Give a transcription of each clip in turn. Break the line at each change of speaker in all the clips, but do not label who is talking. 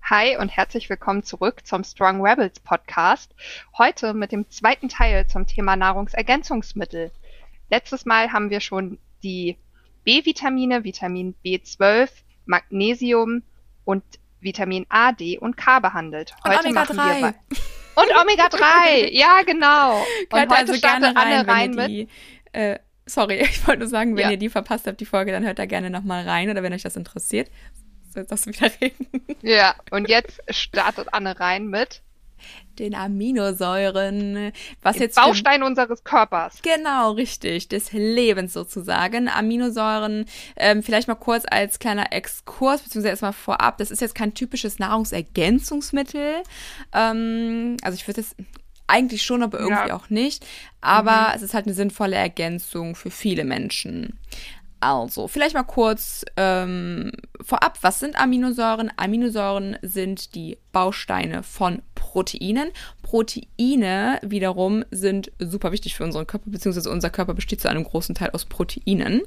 Hi und herzlich willkommen zurück zum Strong Rebels Podcast. Heute mit dem zweiten Teil zum Thema Nahrungsergänzungsmittel. Letztes Mal haben wir schon die B-Vitamine, Vitamin B12, Magnesium und Vitamin A, D und K behandelt.
Und
Heute
Omega-3.
machen wir und Omega-3, ja genau. Und
Hört
heute
also
startet
gerne
Anne
rein,
mit.
wenn ihr die, sorry, ich wollte nur sagen, wenn
Ja.
ihr die verpasst habt, die Folge, dann hört da gerne nochmal rein oder wenn euch das interessiert. So, jetzt darfst du wieder reden.
Ja, und jetzt startet Anne rein mit
Den Aminosäuren, was
dem
jetzt
Baustein unseres Körpers.
Genau, richtig, des Lebens sozusagen. Aminosäuren, vielleicht mal kurz als kleiner Exkurs, beziehungsweise erstmal vorab, das ist jetzt kein typisches Nahrungsergänzungsmittel. Also ich würde es eigentlich schon, aber irgendwie auch nicht. Aber es ist halt eine sinnvolle Ergänzung für viele Menschen. Also, vielleicht mal kurz vorab, was sind Aminosäuren? Aminosäuren sind die Bausteine von Proteinen. Proteine wiederum sind super wichtig für unseren Körper, beziehungsweise unser Körper besteht zu einem großen Teil aus Proteinen.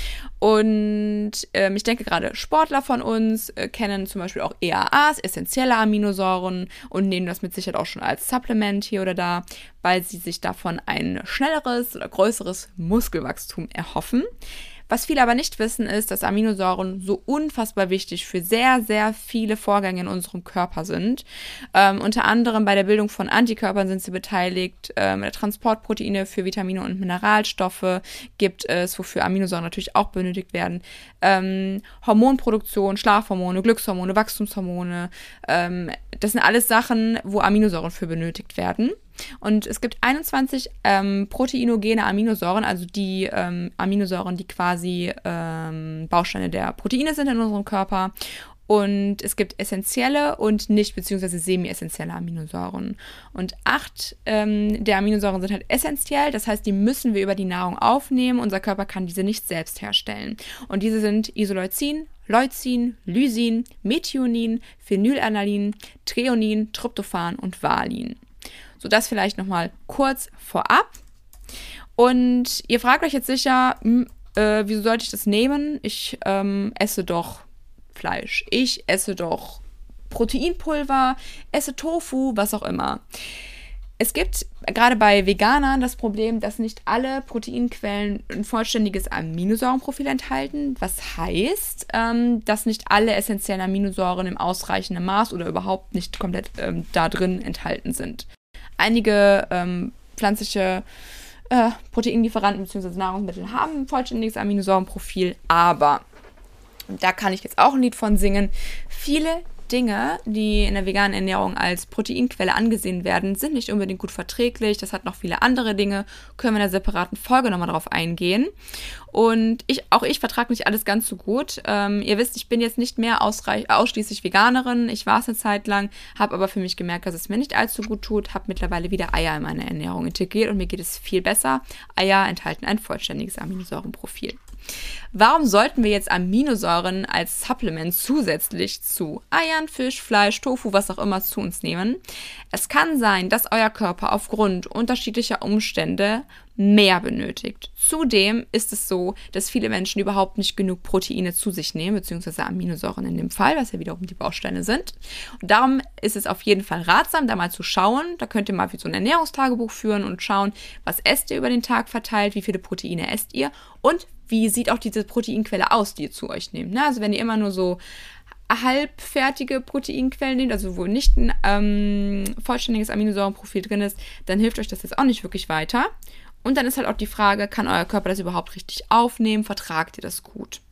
Und ich denke gerade Sportler von uns kennen zum Beispiel auch EAAs, essentielle Aminosäuren, und nehmen das mit Sicherheit auch schon als Supplement hier oder da, weil sie sich davon ein schnelleres oder größeres Muskelwachstum erhoffen. Was viele aber nicht wissen, ist, dass Aminosäuren so unfassbar wichtig für sehr, sehr viele Vorgänge in unserem Körper sind. Unter anderem bei der Bildung von Antikörpern sind sie beteiligt. Der Transportproteine für Vitamine und Mineralstoffe gibt es, wofür Aminosäuren natürlich auch benötigt werden. Hormonproduktion, Schlafhormone, Glückshormone, Wachstumshormone. Das sind alles Sachen, wo Aminosäuren für benötigt werden. Und es gibt 21 proteinogene Aminosäuren, also die Aminosäuren, die quasi Bausteine der Proteine sind in unserem Körper. Und es gibt essentielle und nicht beziehungsweise semi-essentielle Aminosäuren. Und 8 der Aminosäuren sind halt essentiell, das heißt, die müssen wir über die Nahrung aufnehmen. Unser Körper kann diese nicht selbst herstellen. Und diese sind Isoleucin, Leucin, Lysin, Methionin, Phenylalanin, Threonin, Tryptophan und Valin. So, das vielleicht nochmal kurz vorab. Und ihr fragt euch jetzt sicher, wieso sollte ich das nehmen? Ich esse doch Fleisch. Ich esse doch Proteinpulver, esse Tofu, was auch immer. Es gibt gerade bei Veganern das Problem, dass nicht alle Proteinquellen ein vollständiges Aminosäurenprofil enthalten. Was heißt, dass nicht alle essentiellen Aminosäuren im ausreichenden Maß oder überhaupt nicht komplett da drin enthalten sind. Einige pflanzliche Proteinlieferanten bzw. Nahrungsmittel haben ein vollständiges Aminosäurenprofil, aber da kann ich jetzt auch ein Lied von singen. Viele Dinge, die in der veganen Ernährung als Proteinquelle angesehen werden, sind nicht unbedingt gut verträglich. Das hat noch viele andere Dinge. Können wir in einer separaten Folge nochmal drauf eingehen. Und ich vertrage nicht alles ganz so gut. Ihr wisst, ich bin jetzt nicht mehr ausschließlich Veganerin. Ich war es eine Zeit lang, habe aber für mich gemerkt, dass es mir nicht allzu gut tut. Habe mittlerweile wieder Eier in meine Ernährung integriert und mir geht es viel besser. Eier enthalten ein vollständiges Aminosäurenprofil. Warum sollten wir jetzt Aminosäuren als Supplement zusätzlich zu Eiern, Fisch, Fleisch, Tofu, was auch immer zu uns nehmen? Es kann sein, dass euer Körper aufgrund unterschiedlicher Umstände mehr benötigt. Zudem ist es so, dass viele Menschen überhaupt nicht genug Proteine zu sich nehmen, beziehungsweise Aminosäuren in dem Fall, was ja wiederum die Bausteine sind. Und darum ist es auf jeden Fall ratsam, da mal zu schauen. Da könnt ihr mal wie so ein Ernährungstagebuch führen und schauen, was esst ihr über den Tag verteilt, wie viele Proteine esst ihr und wie sieht auch diese Proteinquelle aus, die ihr zu euch nehmt. Also wenn ihr immer nur so halbfertige Proteinquellen nehmt, also wo nicht ein vollständiges Aminosäurenprofil drin ist, dann hilft euch das jetzt auch nicht wirklich weiter. Und dann ist halt auch die Frage, kann euer Körper das überhaupt richtig aufnehmen? Vertragt ihr das gut?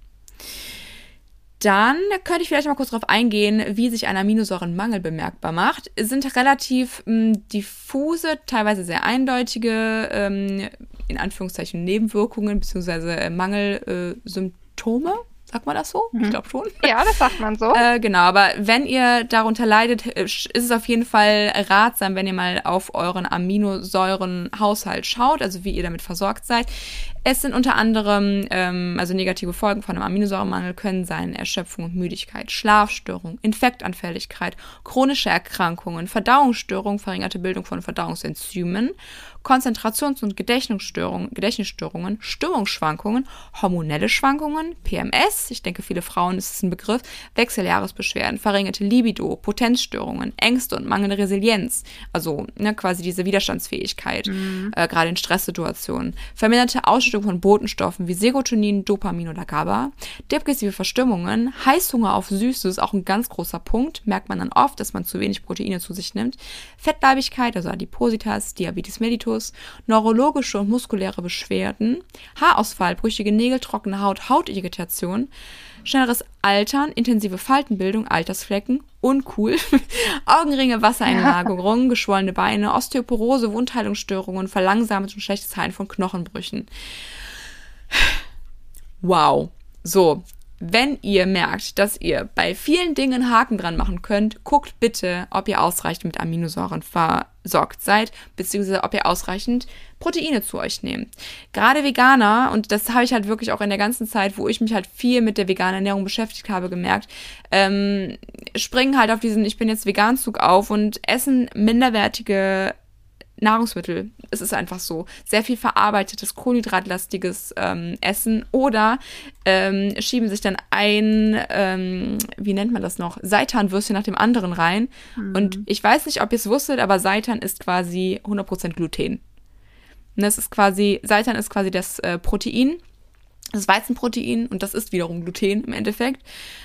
Dann könnte ich vielleicht mal kurz darauf eingehen, wie sich ein Aminosäurenmangel bemerkbar macht. Es sind relativ diffuse, teilweise sehr eindeutige, in Anführungszeichen Nebenwirkungen bzw. Mangelsymptome. Sagt man das so? Ich glaube schon.
Ja, das sagt man so.
Genau, aber wenn ihr darunter leidet, ist es auf jeden Fall ratsam, wenn ihr mal auf euren Aminosäurenhaushalt schaut, also wie ihr damit versorgt seid. Es sind unter anderem, also negative Folgen von einem Aminosäuremangel können sein Erschöpfung und Müdigkeit, Schlafstörung, Infektanfälligkeit, chronische Erkrankungen, Verdauungsstörungen, verringerte Bildung von Verdauungsenzymen, Konzentrations- und Gedächtnisstörungen, Stimmungsschwankungen, hormonelle Schwankungen, PMS, ich denke, viele Frauen ist es ein Begriff, Wechseljahresbeschwerden, verringerte Libido, Potenzstörungen, Ängste und mangelnde Resilienz, also quasi diese Widerstandsfähigkeit, gerade in Stresssituationen, verminderte Ausschüttung von Botenstoffen wie Serotonin, Dopamin oder GABA, depressive Verstimmungen, Heißhunger auf Süßes, auch ein ganz großer Punkt, merkt man dann oft, dass man zu wenig Proteine zu sich nimmt, Fettleibigkeit, also Adipositas, Diabetes mellitus, neurologische und muskuläre Beschwerden, Haarausfall, brüchige Nägel, trockene Haut, Hautirritation, schnelleres Altern, intensive Faltenbildung, Altersflecken, uncool, Augenringe, Wassereinlagerungen, geschwollene Beine, Osteoporose, Wundheilungsstörungen, verlangsamet und schlechtes Heilen von Knochenbrüchen. Wow. So, wenn ihr merkt, dass ihr bei vielen Dingen Haken dran machen könnt, guckt bitte, ob ihr ausreichend mit Aminosäuren versorgt seid, beziehungsweise ob ihr ausreichend Proteine zu euch nehmt. Gerade Veganer, und das habe ich halt wirklich auch in der ganzen Zeit, wo ich mich halt viel mit der veganen Ernährung beschäftigt habe, gemerkt, springen halt auf diesen Ich bin jetzt vegan Zug auf und essen minderwertige Nahrungsmittel. Es ist einfach so. Sehr viel verarbeitetes, kohlenhydratlastiges Essen oder schieben sich dann wie nennt man das noch, Seitanwürstchen nach dem anderen rein. Und ich weiß nicht, ob ihr es wusstet, aber Seitan ist quasi 100% Gluten. Und Seitan ist quasi das Protein, das Weizenprotein, und das ist wiederum Gluten im Endeffekt.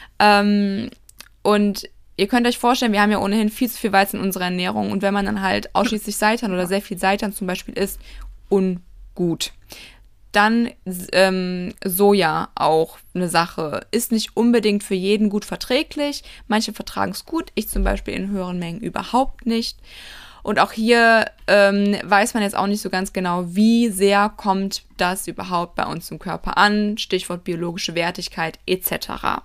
Und ihr könnt euch vorstellen, wir haben ja ohnehin viel zu viel Weizen in unserer Ernährung, und wenn man dann halt ausschließlich Seitan oder sehr viel Seitan zum Beispiel isst, ungut. Dann Soja auch eine Sache. Ist nicht unbedingt für jeden gut verträglich. Manche vertragen es gut, ich zum Beispiel in höheren Mengen überhaupt nicht. Und auch hier weiß man jetzt auch nicht so ganz genau, wie sehr kommt das überhaupt bei uns im Körper an. Stichwort biologische Wertigkeit etc.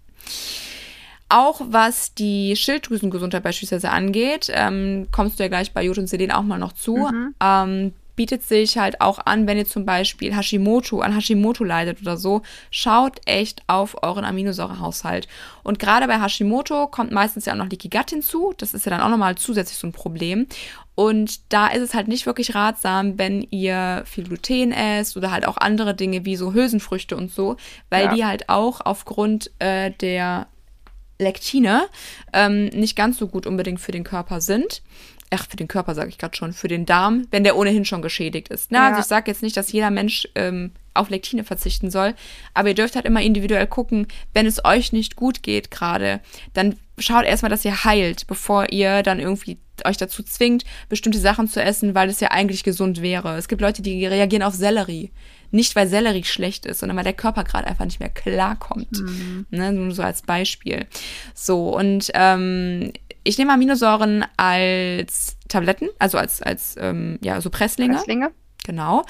Auch was die Schilddrüsengesundheit beispielsweise angeht, kommst du ja gleich bei Jod und Selen auch mal noch zu, bietet sich halt auch an, wenn ihr zum Beispiel an Hashimoto leidet oder so, schaut echt auf euren Aminosäurehaushalt. Und gerade bei Hashimoto kommt meistens ja auch noch Leaky Gut hinzu, das ist ja dann auch nochmal zusätzlich so ein Problem. Und da ist es halt nicht wirklich ratsam, wenn ihr viel Gluten esst oder halt auch andere Dinge wie so Hülsenfrüchte und so, weil die halt auch aufgrund der Lektine nicht ganz so gut unbedingt für den Körper sind. Für den Körper sage ich gerade schon, für den Darm, wenn der ohnehin schon geschädigt ist. Also ich sage jetzt nicht, dass jeder Mensch auf Lektine verzichten soll, aber ihr dürft halt immer individuell gucken, wenn es euch nicht gut geht gerade, dann schaut erstmal, dass ihr heilt, bevor ihr dann irgendwie euch dazu zwingt, bestimmte Sachen zu essen, weil es ja eigentlich gesund wäre. Es gibt Leute, die reagieren auf Sellerie. Nicht, weil Sellerie schlecht ist, sondern weil der Körper gerade einfach nicht mehr klarkommt. Nur so als Beispiel. So, und ich nehme Aminosäuren als Tabletten, also als so Presslinge. Genau.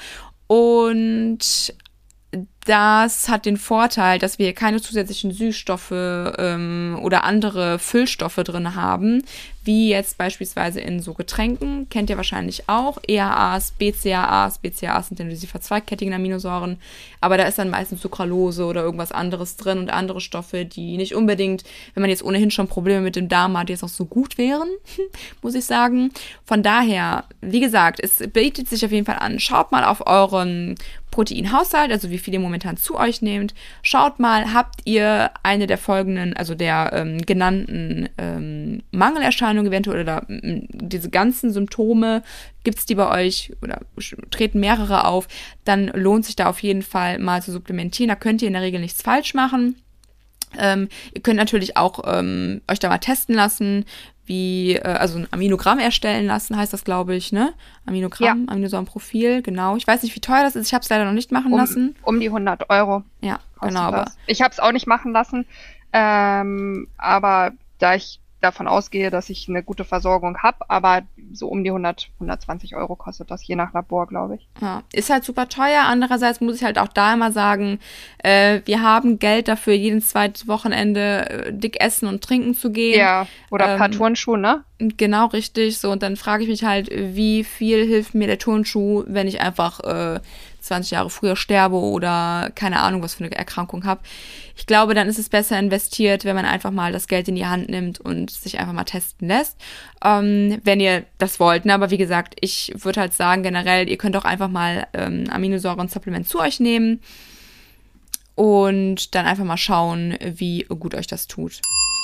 Und das hat den Vorteil, dass wir keine zusätzlichen Süßstoffe oder andere Füllstoffe drin haben, wie jetzt beispielsweise in so Getränken, kennt ihr wahrscheinlich auch, EAAs, BCAAs. BCAAs sind dann diese verzweigkettigen Aminosäuren, aber da ist dann meistens Sucralose oder irgendwas anderes drin und andere Stoffe, die nicht unbedingt, wenn man jetzt ohnehin schon Probleme mit dem Darm hat, jetzt auch so gut wären, muss ich sagen. Von daher, wie gesagt, es bietet sich auf jeden Fall an. Schaut mal auf euren Proteinhaushalt, also wie viel ihr momentan zu euch nehmt. Schaut mal, habt ihr eine der folgenden, also der genannten Mangelerscheinungen eventuell oder diese ganzen Symptome, gibt es die bei euch oder treten mehrere auf, dann lohnt sich da auf jeden Fall mal zu supplementieren. Da könnt ihr in der Regel nichts falsch machen. Ihr könnt natürlich auch euch da mal testen lassen, also ein Aminogramm erstellen lassen, heißt das, glaube ich, ne? Aminogramm, Aminosäurenprofil, genau. Ich weiß nicht, wie teuer das ist, ich habe es leider noch nicht machen lassen.
Um die 100 Euro.
Ja, genau. Aber
ich habe es auch nicht machen lassen, aber da ich davon ausgehe, dass ich eine gute Versorgung habe, aber so um die 120 Euro kostet das, je nach Labor, glaube ich.
Ja, ist halt super teuer. Andererseits muss ich halt auch da immer sagen, wir haben Geld dafür, jeden zweiten Wochenende dick essen und trinken zu gehen.
Ja, oder ein paar Turnschuhe, ne?
Genau, richtig. So, und dann frage ich mich halt, wie viel hilft mir der Turnschuh, wenn ich einfach 20 Jahre früher sterbe oder keine Ahnung, was für eine Erkrankung habe. Ich glaube, dann ist es besser investiert, wenn man einfach mal das Geld in die Hand nimmt und sich einfach mal testen lässt, wenn ihr das wollt. Ne? Aber wie gesagt, ich würde halt sagen, generell, ihr könnt auch einfach mal Aminosäuren-Supplement zu euch nehmen und dann einfach mal schauen, wie gut euch das tut.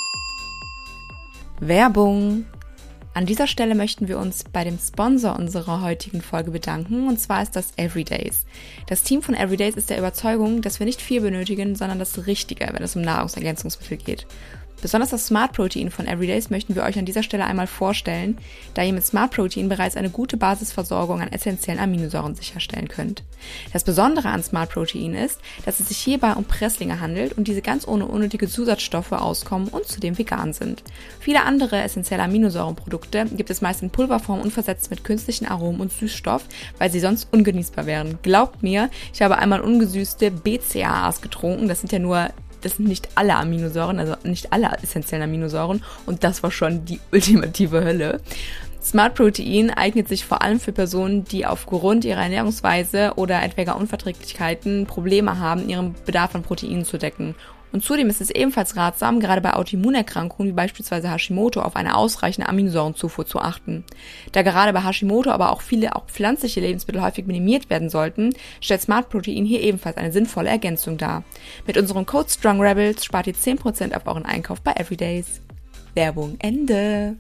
Werbung. An dieser Stelle möchten wir uns bei dem Sponsor unserer heutigen Folge bedanken, und zwar ist das Everydays. Das Team von Everydays ist der Überzeugung, dass wir nicht viel benötigen, sondern das Richtige, wenn es um Nahrungsergänzungsmittel geht. Besonders das Smart Protein von Everydays möchten wir euch an dieser Stelle einmal vorstellen, da ihr mit Smart Protein bereits eine gute Basisversorgung an essentiellen Aminosäuren sicherstellen könnt. Das Besondere an Smart Protein ist, dass es sich hierbei um Presslinge handelt und diese ganz ohne unnötige Zusatzstoffe auskommen und zudem vegan sind. Viele andere essentielle Aminosäurenprodukte gibt es meist in Pulverform und versetzt mit künstlichen Aromen und Süßstoff, weil sie sonst ungenießbar wären. Glaubt mir, ich habe einmal ungesüßte BCAAs getrunken, das sind nicht alle Aminosäuren, also nicht alle essentiellen Aminosäuren, und das war schon die ultimative Hölle. Smart Protein eignet sich vor allem für Personen, die aufgrund ihrer Ernährungsweise oder etwaiger Unverträglichkeiten Probleme haben, ihren Bedarf an Proteinen zu decken. Und zudem ist es ebenfalls ratsam, gerade bei Autoimmunerkrankungen wie beispielsweise Hashimoto auf eine ausreichende Aminosäurenzufuhr zu achten. Da gerade bei Hashimoto aber auch viele pflanzliche Lebensmittel häufig minimiert werden sollten, stellt Smart Protein hier ebenfalls eine sinnvolle Ergänzung dar. Mit unserem Code STRONGREBELS spart ihr 10% auf euren Einkauf bei Everydays. Werbung Ende.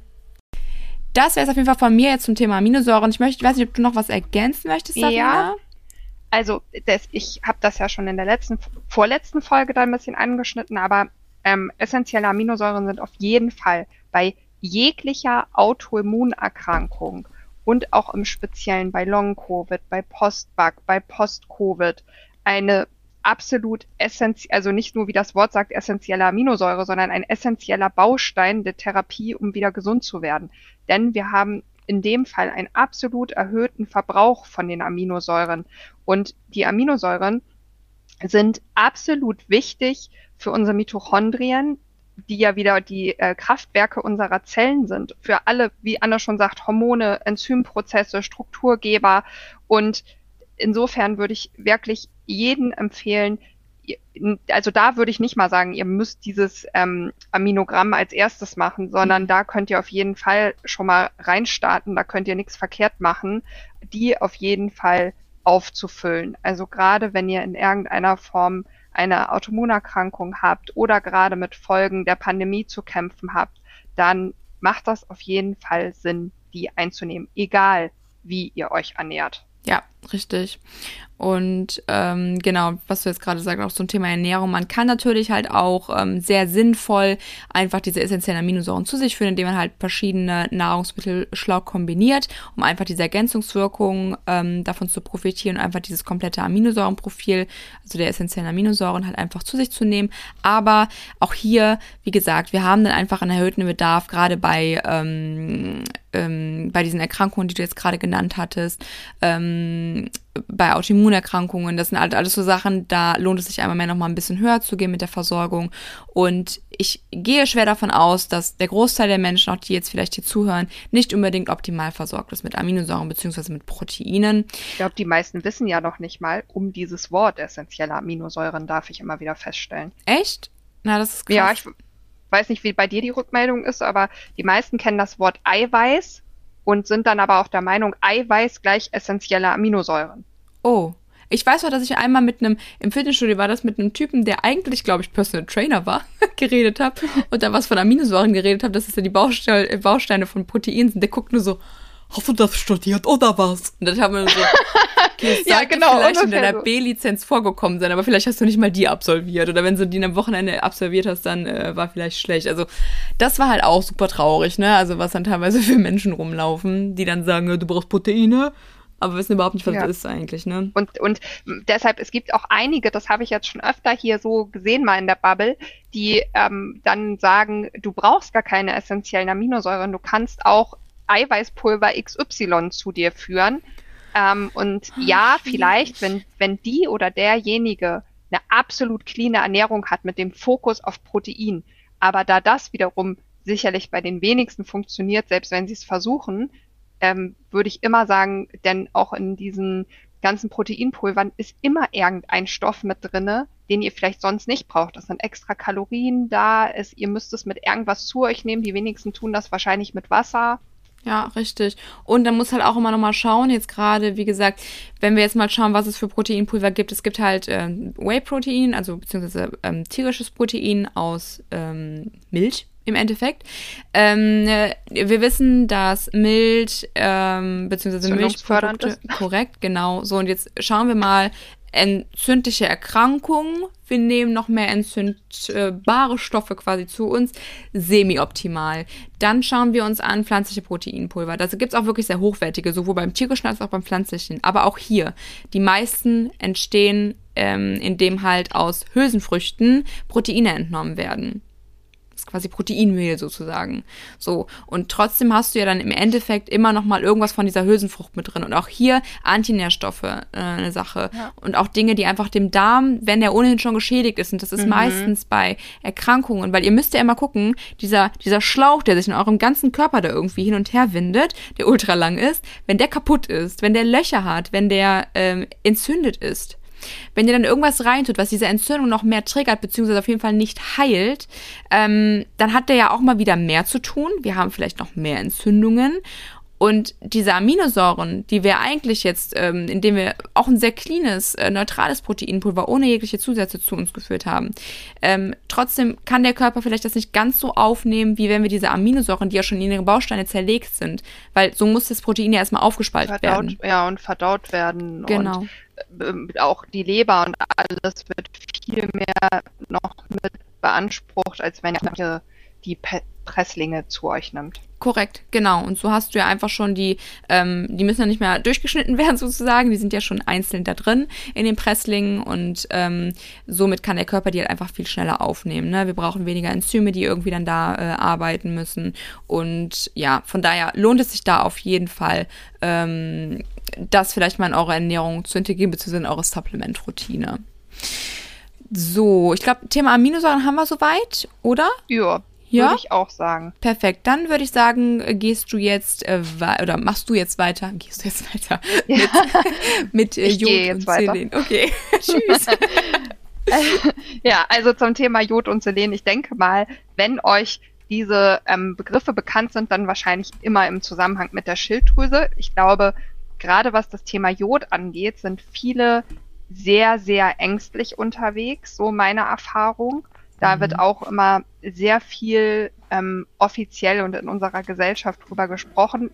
Das wäre es auf jeden Fall von mir jetzt zum Thema Aminosäuren. Ich weiß nicht, ob du noch was ergänzen möchtest, Sarina?
Ja. Also ich habe das ja schon in der vorletzten Folge da ein bisschen angeschnitten, aber essentielle Aminosäuren sind auf jeden Fall bei jeglicher Autoimmunerkrankung und auch im Speziellen bei Long-Covid, bei Post-Bug, bei Post-Covid eine absolut essentiell, also nicht nur wie das Wort sagt, essentielle Aminosäure, sondern ein essentieller Baustein der Therapie, um wieder gesund zu werden. Denn wir haben in dem Fall einen absolut erhöhten Verbrauch von den Aminosäuren. Und die Aminosäuren sind absolut wichtig für unsere Mitochondrien, die ja wieder die Kraftwerke unserer Zellen sind. Für alle, wie Anna schon sagt, Hormone, Enzymprozesse, Strukturgeber. Und insofern würde ich wirklich jeden empfehlen, also da würde ich nicht mal sagen, ihr müsst dieses Aminogramm als erstes machen, sondern da könnt ihr auf jeden Fall schon mal reinstarten, da könnt ihr nichts verkehrt machen, die auf jeden Fall aufzufüllen. Also gerade wenn ihr in irgendeiner Form eine Autoimmunerkrankung habt oder gerade mit Folgen der Pandemie zu kämpfen habt, dann macht das auf jeden Fall Sinn, die einzunehmen, egal wie ihr euch ernährt.
Ja, richtig. Und genau, was du jetzt gerade sagst, auch zum Thema Ernährung. Man kann natürlich halt auch sehr sinnvoll einfach diese essentiellen Aminosäuren zu sich führen, indem man halt verschiedene Nahrungsmittel schlau kombiniert, um einfach diese Ergänzungswirkung davon zu profitieren und einfach dieses komplette Aminosäurenprofil, also der essentiellen Aminosäuren halt einfach zu sich zu nehmen. Aber auch hier, wie gesagt, wir haben dann einfach einen erhöhten Bedarf, gerade bei diesen Erkrankungen, die du jetzt gerade genannt hattest, bei Autoimmunerkrankungen, das sind halt alles so Sachen, da lohnt es sich einmal mehr noch mal ein bisschen höher zu gehen mit der Versorgung. Und ich gehe schwer davon aus, dass der Großteil der Menschen, auch die jetzt vielleicht hier zuhören, nicht unbedingt optimal versorgt ist mit Aminosäuren bzw. mit Proteinen.
Ich glaube, die meisten wissen ja noch nicht mal um dieses Wort essentielle Aminosäuren, darf ich immer wieder feststellen.
Echt? Na, das ist krass.
Ja, ich weiß nicht, wie bei dir die Rückmeldung ist, aber die meisten kennen das Wort Eiweiß und sind dann aber auch der Meinung, Eiweiß gleich essentielle Aminosäuren.
Oh, ich weiß noch, dass ich einmal im Fitnessstudio war das mit einem Typen, der eigentlich, glaube ich, Personal Trainer war, geredet habe und da was von Aminosäuren geredet habe, dass es ja die Bausteine von Proteinen sind. Der guckt nur so, hast du das studiert oder was? Und dann haben wir so, okay,
ja, genau,
vielleicht in deiner B-Lizenz vorgekommen sein, aber vielleicht hast du nicht mal die absolviert. Oder wenn du die am Wochenende absolviert hast, dann war vielleicht schlecht. Also das war halt auch super traurig, ne? Also was dann teilweise für Menschen rumlaufen, die dann sagen, du brauchst Proteine, aber wissen überhaupt nicht, was das ist eigentlich, ne?
Und deshalb, es gibt auch einige, das habe ich jetzt schon öfter hier so gesehen mal in der Bubble, die dann sagen, du brauchst gar keine essentiellen Aminosäuren, du kannst auch Eiweißpulver XY zu dir führen. Und ja, vielleicht, wenn die oder derjenige eine absolut cleane Ernährung hat mit dem Fokus auf Protein, aber da das wiederum sicherlich bei den wenigsten funktioniert, selbst wenn sie es versuchen, würde ich immer sagen, denn auch in diesen ganzen Proteinpulvern ist immer irgendein Stoff mit drinne, den ihr vielleicht sonst nicht braucht. Das sind extra Kalorien da, ihr müsst es mit irgendwas zu euch nehmen. Die wenigsten tun das wahrscheinlich mit Wasser.
Ja, richtig. Und dann muss halt auch immer noch mal schauen, jetzt gerade, wie gesagt, wenn wir jetzt mal schauen, was es für Proteinpulver gibt. Es gibt halt Whey-Protein, also beziehungsweise tierisches Protein aus Milch im Endeffekt. Wir wissen, dass Milch beziehungsweise Milchprodukte, korrekt, genau. So, und jetzt schauen wir mal, entzündliche Erkrankungen, wir nehmen noch mehr entzündbare Stoffe quasi zu uns, semi-optimal. Dann schauen wir uns an pflanzliche Proteinpulver. Da gibt es auch wirklich sehr hochwertige, sowohl beim tierischen als auch beim pflanzlichen. Aber auch hier, die meisten entstehen, indem halt aus Hülsenfrüchten Proteine entnommen werden. Das ist quasi Proteinmehl sozusagen. So, und trotzdem hast du ja dann im Endeffekt immer noch mal irgendwas von dieser Hülsenfrucht mit drin. Und auch hier Antinährstoffe eine Sache. Ja. Und auch Dinge, die einfach dem Darm, wenn der ohnehin schon geschädigt ist, und das ist meistens bei Erkrankungen, weil ihr müsst ja immer gucken, dieser Schlauch, der sich in eurem ganzen Körper da irgendwie hin und her windet, der ultra lang ist, wenn der kaputt ist, wenn der Löcher hat, wenn der entzündet ist, wenn ihr dann irgendwas reintut, was diese Entzündung noch mehr triggert, beziehungsweise auf jeden Fall nicht heilt, dann hat der ja auch mal wieder mehr zu tun. Wir haben vielleicht noch mehr Entzündungen. Und diese Aminosäuren, die wir eigentlich jetzt, indem wir auch ein sehr cleanes, neutrales Proteinpulver ohne jegliche Zusätze zu uns geführt haben, trotzdem kann der Körper vielleicht das nicht ganz so aufnehmen, wie wenn wir diese Aminosäuren, die ja schon in ihre Bausteine zerlegt sind. Weil so muss das Protein ja erstmal aufgespalten werden.
Ja, und verdaut werden.
Genau.
Und auch die Leber und alles wird viel mehr noch mit beansprucht, als wenn ihr die Presslinge zu euch nimmt.
Korrekt, genau. Und so hast du ja einfach schon die müssen ja nicht mehr durchgeschnitten werden sozusagen, die sind ja schon einzeln da drin in den Presslingen und somit kann der Körper die halt einfach viel schneller aufnehmen. Ne? Wir brauchen weniger Enzyme, die irgendwie dann da arbeiten müssen und ja, von daher lohnt es sich da auf jeden Fall, das vielleicht mal in eure Ernährung zu integrieren, beziehungsweise in eure Supplementroutine. So, ich glaube, Thema Aminosäuren haben wir soweit, oder?
Ja.
Ja?
Würde ich auch sagen.
Perfekt. Dann würde ich sagen, gehst du jetzt oder machst du jetzt weiter? Gehst du jetzt weiter mit Jod und Selen? Okay, tschüss.
Ja, also zum Thema Jod und Selen. Ich denke mal, wenn euch diese Begriffe bekannt sind, dann wahrscheinlich immer im Zusammenhang mit der Schilddrüse. Ich glaube, gerade was das Thema Jod angeht, sind viele sehr, sehr ängstlich unterwegs, so meine Erfahrung. Da wird auch immer sehr viel offiziell und in unserer Gesellschaft drüber gesprochen.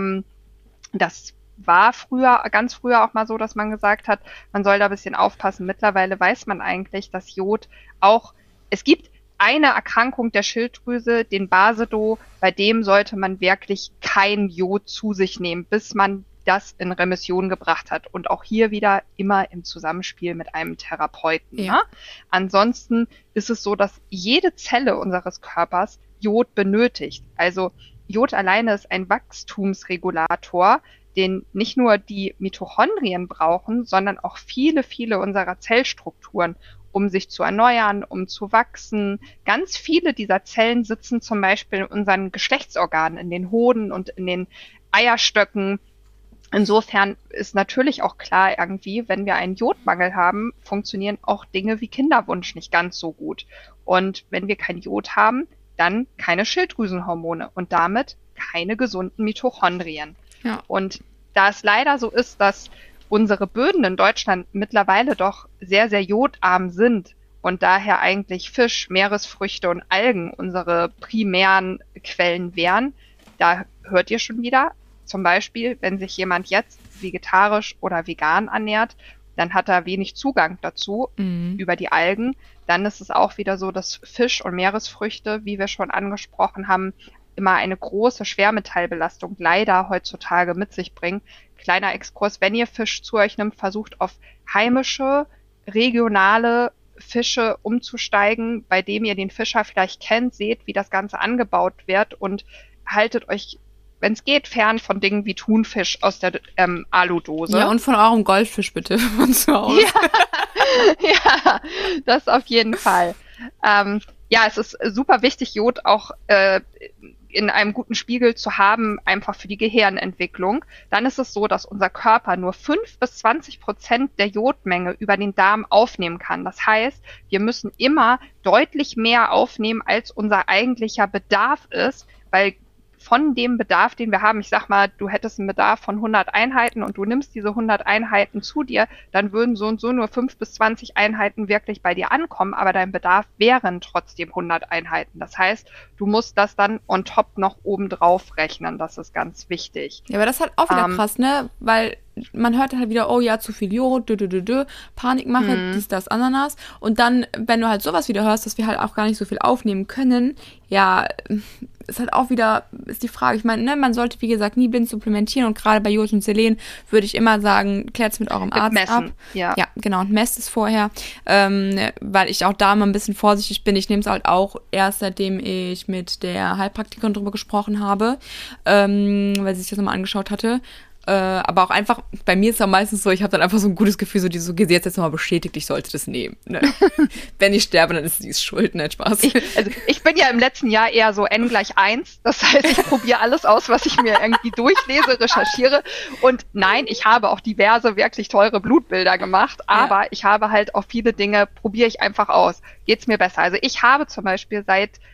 Das war ganz früher auch mal so, dass man gesagt hat, man soll da ein bisschen aufpassen. Mittlerweile weiß man eigentlich, dass Jod es gibt eine Erkrankung der Schilddrüse, den Basedow, bei dem sollte man wirklich kein Jod zu sich nehmen, bis man das in Remission gebracht hat. Und auch hier wieder immer im Zusammenspiel mit einem Therapeuten. Ja. Ne? Ansonsten ist es so, dass jede Zelle unseres Körpers Jod benötigt. Also Jod alleine ist ein Wachstumsregulator, den nicht nur die Mitochondrien brauchen, sondern auch viele, viele unserer Zellstrukturen, um sich zu erneuern, um zu wachsen. Ganz viele dieser Zellen sitzen zum Beispiel in unseren Geschlechtsorganen, in den Hoden und in den Eierstöcken. Insofern ist natürlich auch klar irgendwie, wenn wir einen Jodmangel haben, funktionieren auch Dinge wie Kinderwunsch nicht ganz so gut. Und wenn wir kein Jod haben, dann keine Schilddrüsenhormone und damit keine gesunden Mitochondrien. Ja. Und da es leider so ist, dass unsere Böden in Deutschland mittlerweile doch sehr, sehr jodarm sind und daher eigentlich Fisch, Meeresfrüchte und Algen unsere primären Quellen wären, da hört ihr schon wieder, zum Beispiel, wenn sich jemand jetzt vegetarisch oder vegan ernährt, dann hat er wenig Zugang dazu über die Algen. Dann ist es auch wieder so, dass Fisch und Meeresfrüchte, wie wir schon angesprochen haben, immer eine große Schwermetallbelastung leider heutzutage mit sich bringen. Kleiner Exkurs, wenn ihr Fisch zu euch nimmt, versucht auf heimische, regionale Fische umzusteigen, bei dem ihr den Fischer vielleicht kennt, seht, wie das Ganze angebaut wird und haltet euch, wenn es geht, fern von Dingen wie Thunfisch aus der Aludose.
Ja, und von eurem Goldfisch bitte von zu Hause.
Ja, das auf jeden Fall. Ja, es ist super wichtig, Jod auch in einem guten Spiegel zu haben, einfach für die Gehirnentwicklung, dann ist es so, dass unser Körper nur 5-20% der Jodmenge über den Darm aufnehmen kann. Das heißt, wir müssen immer deutlich mehr aufnehmen, als unser eigentlicher Bedarf ist, weil von dem Bedarf, den wir haben, ich sag mal, du hättest einen Bedarf von 100 Einheiten und du nimmst diese 100 Einheiten zu dir, dann würden so und so nur 5 bis 20 Einheiten wirklich bei dir ankommen, aber dein Bedarf wären trotzdem 100 Einheiten. Das heißt, du musst das dann on top noch oben drauf rechnen. Das ist ganz wichtig.
Ja, aber das ist halt auch wieder krass, ne? Weil man hört halt wieder, oh ja, zu viel Jod, Panikmache, dies, das, Ananas. Und dann, wenn du halt sowas wieder hörst, dass wir halt auch gar nicht so viel aufnehmen können, ja, ist halt auch wieder, ist die Frage. Ich meine, ne, man sollte, wie gesagt, nie blind supplementieren und gerade bei Jod und Selen würde ich immer sagen, klärt es mit eurem Arzt
messen,
ab.
Ja,
genau, und messt es vorher, weil ich auch da mal ein bisschen vorsichtig bin. Ich nehme es halt auch erst, seitdem ich mit der Heilpraktikerin drüber gesprochen habe, weil sie sich das nochmal angeschaut hatte. Aber auch einfach, bei mir ist es ja meistens so, ich habe dann einfach so ein gutes Gefühl, so die so, sie hat jetzt nochmal bestätigt, ich sollte das nehmen. Ne? Wenn ich sterbe, dann ist sie schuld, nicht Spaß.
Ich bin ja im letzten Jahr eher so N=1, das heißt, ich probiere alles aus, was ich mir irgendwie durchlese, recherchiere und nein, ich habe auch diverse wirklich teure Blutbilder gemacht, aber ich habe halt auch viele Dinge, probiere ich einfach aus. Geht's mir besser? Also ich habe zum Beispiel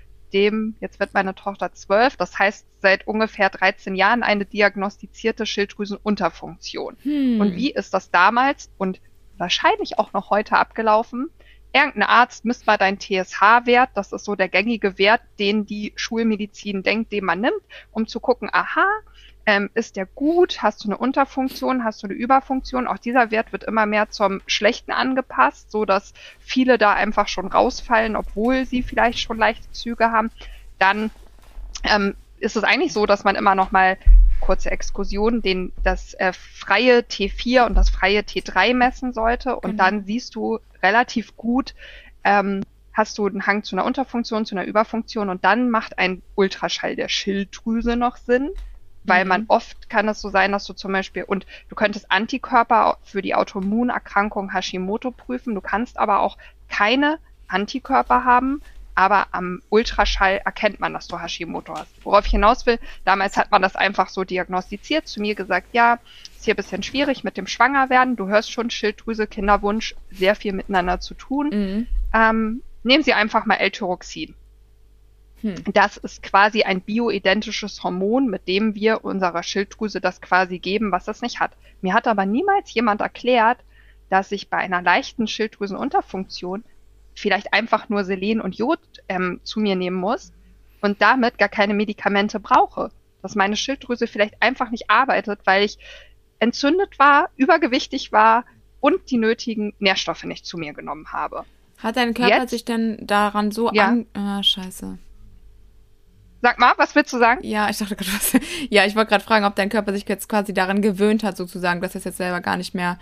jetzt wird meine Tochter 12, das heißt seit ungefähr 13 Jahren eine diagnostizierte Schilddrüsenunterfunktion. Und wie ist das damals und wahrscheinlich auch noch heute abgelaufen? Irgendein Arzt misst mal deinen TSH-Wert, das ist so der gängige Wert, den die Schulmedizin denkt, den man nimmt, um zu gucken, aha, ist der gut, hast du eine Unterfunktion, hast du eine Überfunktion? Auch dieser Wert wird immer mehr zum Schlechten angepasst, so dass viele da einfach schon rausfallen, obwohl sie vielleicht schon leichte Züge haben. Dann ist es eigentlich so, dass man immer noch mal, kurze Exkursion, das freie T4 und das freie T3 messen sollte und dann siehst du relativ gut, hast du einen Hang zu einer Unterfunktion, zu einer Überfunktion und dann macht ein Ultraschall der Schilddrüse noch Sinn. Weil man oft kann es so sein, dass du zum Beispiel, und du könntest Antikörper für die Autoimmunerkrankung Hashimoto prüfen, du kannst aber auch keine Antikörper haben, aber am Ultraschall erkennt man, dass du Hashimoto hast. Worauf ich hinaus will, damals hat man das einfach so diagnostiziert, zu mir gesagt, ja, ist hier ein bisschen schwierig mit dem Schwangerwerden, du hörst schon, Schilddrüse, Kinderwunsch, sehr viel miteinander zu tun. Nehmen Sie einfach mal L-Tyroxin. Das ist quasi ein bioidentisches Hormon, mit dem wir unserer Schilddrüse das quasi geben, was es nicht hat. Mir hat aber niemals jemand erklärt, dass ich bei einer leichten Schilddrüsenunterfunktion vielleicht einfach nur Selen und Jod zu mir nehmen muss und damit gar keine Medikamente brauche. Dass meine Schilddrüse vielleicht einfach nicht arbeitet, weil ich entzündet war, übergewichtig war und die nötigen Nährstoffe nicht zu mir genommen habe.
Hat dein Körper sich denn daran so scheiße.
Sag mal, was willst du sagen?
Ja, ich dachte gerade was. Ja, ich wollte gerade fragen, ob dein Körper sich jetzt quasi daran gewöhnt hat, sozusagen, dass er es jetzt selber gar nicht mehr